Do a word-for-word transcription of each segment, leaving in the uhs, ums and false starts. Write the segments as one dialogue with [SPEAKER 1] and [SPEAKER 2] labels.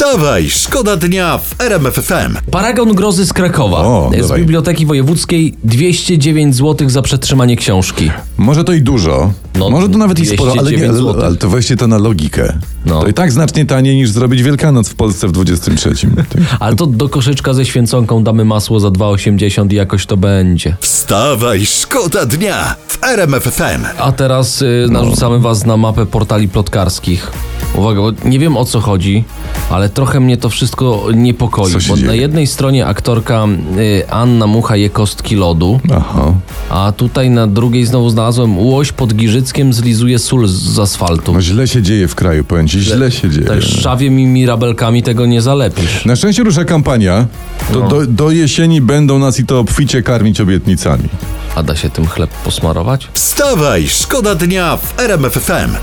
[SPEAKER 1] Wstawaj, szkoda dnia w R M F F M.
[SPEAKER 2] Paragon grozy z Krakowa.
[SPEAKER 3] O,
[SPEAKER 2] z
[SPEAKER 3] dawaj.
[SPEAKER 2] Biblioteki Wojewódzkiej dwieście dziewięć złotych za przetrzymanie książki.
[SPEAKER 3] Może to i dużo,
[SPEAKER 2] No,
[SPEAKER 3] może to nawet i sporo, ale, nie,
[SPEAKER 2] dwieście dziewięć
[SPEAKER 3] ale,
[SPEAKER 2] złotych.
[SPEAKER 3] ale to weźcie to na logikę.
[SPEAKER 2] No.
[SPEAKER 3] To i tak znacznie taniej niż zrobić Wielkanoc w Polsce w dwudziestym trzecim.
[SPEAKER 2] Ale to do koszyczka ze święconką damy masło za dwa osiemdziesiąt i jakoś to będzie.
[SPEAKER 1] Wstawaj, szkoda dnia w R M F F M.
[SPEAKER 2] A teraz y, narzucamy was na mapę portali plotkarskich. Uwaga, bo nie wiem o co chodzi, ale trochę mnie to wszystko niepokoi,
[SPEAKER 3] Co się
[SPEAKER 2] bo
[SPEAKER 3] dzieje?
[SPEAKER 2] na jednej stronie aktorka y, Anna Mucha je kostki lodu,
[SPEAKER 3] Aha.
[SPEAKER 2] a tutaj na drugiej znowu znalazłem łoś pod Giżyckiem zlizuje sól z, z asfaltu.
[SPEAKER 3] No źle się dzieje w kraju, powiem ci, źle się dzieje.
[SPEAKER 2] Tak szczawiem i mirabelkami tego nie zalepisz.
[SPEAKER 3] Na szczęście rusza kampania. To
[SPEAKER 2] No.
[SPEAKER 3] do, do jesieni będą nas i to obficie karmić obietnicami.
[SPEAKER 2] A da się tym chleb posmarować?
[SPEAKER 1] Wstawaj, szkoda dnia w R M F F M.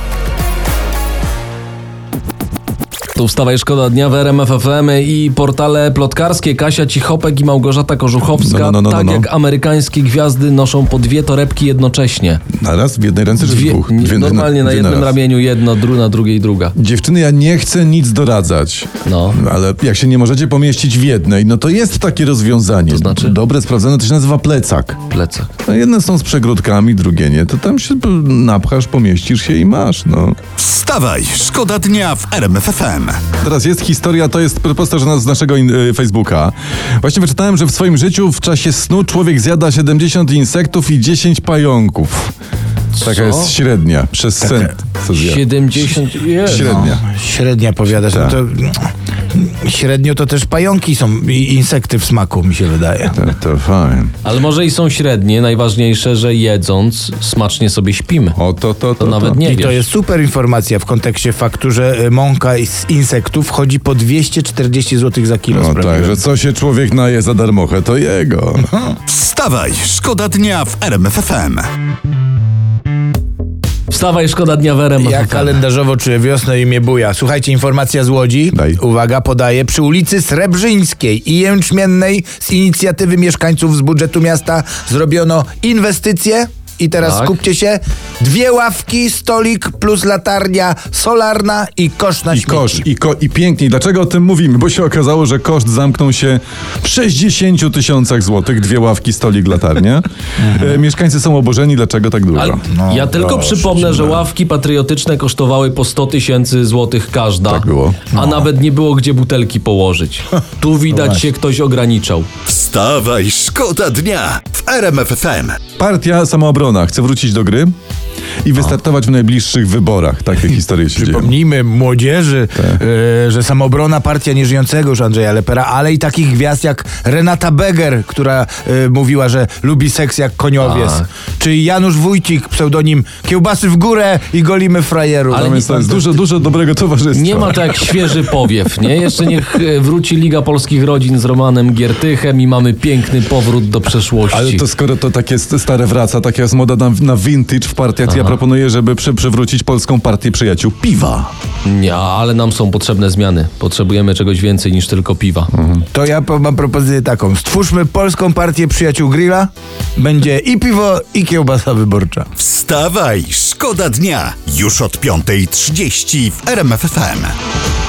[SPEAKER 2] Tu wstawaj, szkoda dnia w R M F F M i portale plotkarskie. Kasia Cichopek i Małgorzata Korzuchowska,
[SPEAKER 3] No, no, no, no,
[SPEAKER 2] tak
[SPEAKER 3] no.
[SPEAKER 2] jak amerykańskie gwiazdy, noszą po dwie torebki jednocześnie.
[SPEAKER 3] Naraz? W jednej ręce czy w
[SPEAKER 2] Dwie,
[SPEAKER 3] dwóch?
[SPEAKER 2] nie,
[SPEAKER 3] Dwie
[SPEAKER 2] normalnie na
[SPEAKER 3] dwie
[SPEAKER 2] jednym
[SPEAKER 3] naraz.
[SPEAKER 2] ramieniu jedno, dru, na drugiej druga.
[SPEAKER 3] Dziewczyny, ja nie chcę nic doradzać.
[SPEAKER 2] No.
[SPEAKER 3] Ale jak się nie możecie pomieścić w jednej, no to jest takie rozwiązanie.
[SPEAKER 2] To znaczy?
[SPEAKER 3] Dobre, sprawdzone, to się nazywa plecak.
[SPEAKER 2] Plecak.
[SPEAKER 3] No jedne są z przegródkami, drugie nie. To tam się napchasz, pomieścisz się i masz, no.
[SPEAKER 1] Wstawaj, szkoda dnia w R M F F M.
[SPEAKER 3] Teraz jest historia, to jest postarzona z naszego in, y, Facebooka. Właśnie wyczytałem, że w swoim życiu w czasie snu człowiek zjada siedemdziesiąt insektów i dziesięć pająków. Taka
[SPEAKER 2] Co?
[SPEAKER 3] jest średnia przez sen. Co zjada.
[SPEAKER 2] siedemdziesiąt Jezu.
[SPEAKER 3] Średnia.
[SPEAKER 4] Średnia powiadasz, no to średnio to też pająki są i insekty w smaku, mi się wydaje.
[SPEAKER 3] To, to fajnie.
[SPEAKER 2] Ale może i są średnie. Najważniejsze, że jedząc smacznie sobie śpimy.
[SPEAKER 3] O, to, to, to.
[SPEAKER 2] To nawet nie
[SPEAKER 4] I
[SPEAKER 2] wiesz.
[SPEAKER 4] to jest super informacja w kontekście faktu, że y, mąka z insektów chodzi po dwieście czterdzieści złotych za kilo.
[SPEAKER 3] No
[SPEAKER 4] sprawdziłem.
[SPEAKER 3] tak, że co się człowiek naje za darmochę, to jego.
[SPEAKER 1] Wstawaj, szkoda dnia w R M F F M.
[SPEAKER 2] Wstawaj, szkoda dnia w R M F F M.
[SPEAKER 4] Ja kalendarzowo czuję wiosnę i mnie buja. Słuchajcie, informacja z Łodzi.
[SPEAKER 3] Daj.
[SPEAKER 4] Uwaga, podaję. Przy ulicy Srebrzyńskiej i Jęczmiennej z inicjatywy mieszkańców z budżetu miasta zrobiono inwestycje. I teraz
[SPEAKER 2] Tak.
[SPEAKER 4] skupcie się. Dwie ławki, stolik plus latarnia solarna i kosz na
[SPEAKER 3] I
[SPEAKER 4] śmieci.
[SPEAKER 3] kosz, i, ko, i pięknie. I dlaczego o tym mówimy? Bo się okazało, że koszt zamknął się w sześćdziesięciu tysiącach złotych. Dwie ławki, stolik, latarnia. e, mieszkańcy są oburzeni, dlaczego tak dużo?
[SPEAKER 2] Ale
[SPEAKER 4] No,
[SPEAKER 2] ja tylko
[SPEAKER 4] proszę
[SPEAKER 2] przypomnę,
[SPEAKER 4] cię,
[SPEAKER 2] że
[SPEAKER 4] no.
[SPEAKER 2] ławki patriotyczne kosztowały po sto tysięcy złotych każda.
[SPEAKER 3] Tak było.
[SPEAKER 2] A nawet nie było gdzie butelki położyć. Tu widać się ktoś ograniczał.
[SPEAKER 1] Wstawaj, szkoda dnia w R M F F M.
[SPEAKER 3] Partia Samoobrona chce wrócić do gry i wystartować w najbliższych wyborach. Takie historie się dzieją.
[SPEAKER 4] Przypomnijmy młodzieży,
[SPEAKER 3] Tak.
[SPEAKER 4] e, że Samoobrona, partia nieżyjącego już Andrzeja Lepera, ale i takich gwiazd jak Renata Beger, która e, mówiła, że lubi seks jak koniowiec.
[SPEAKER 2] Tak.
[SPEAKER 4] Czy Janusz Wójcik, pseudonim Kiełbasy w górę i golimy frajerów.
[SPEAKER 2] Ale
[SPEAKER 3] No więc to jest dużo, dużo dobrego towarzystwa.
[SPEAKER 2] Nie ma to jak świeży powiew, nie? Jeszcze niech e, wróci Liga Polskich Rodzin z Romanem Giertychem i mamy piękny powrót do przeszłości.
[SPEAKER 3] Ale to skoro to takie stare wraca, taka jest moda na, na vintage w partiach, to ja proponuję, żeby przy, przywrócić polską partię przyjaciół piwa.
[SPEAKER 2] Nie, ale nam są potrzebne zmiany. Potrzebujemy czegoś więcej niż tylko piwa.
[SPEAKER 4] To ja po- mam propozycję taką. Stwórzmy polską partię przyjaciół grilla. Będzie i piwo, i kiełbasa wyborcza.
[SPEAKER 1] Wstawaj, szkoda dnia już od piątej trzydzieści w R M F F M.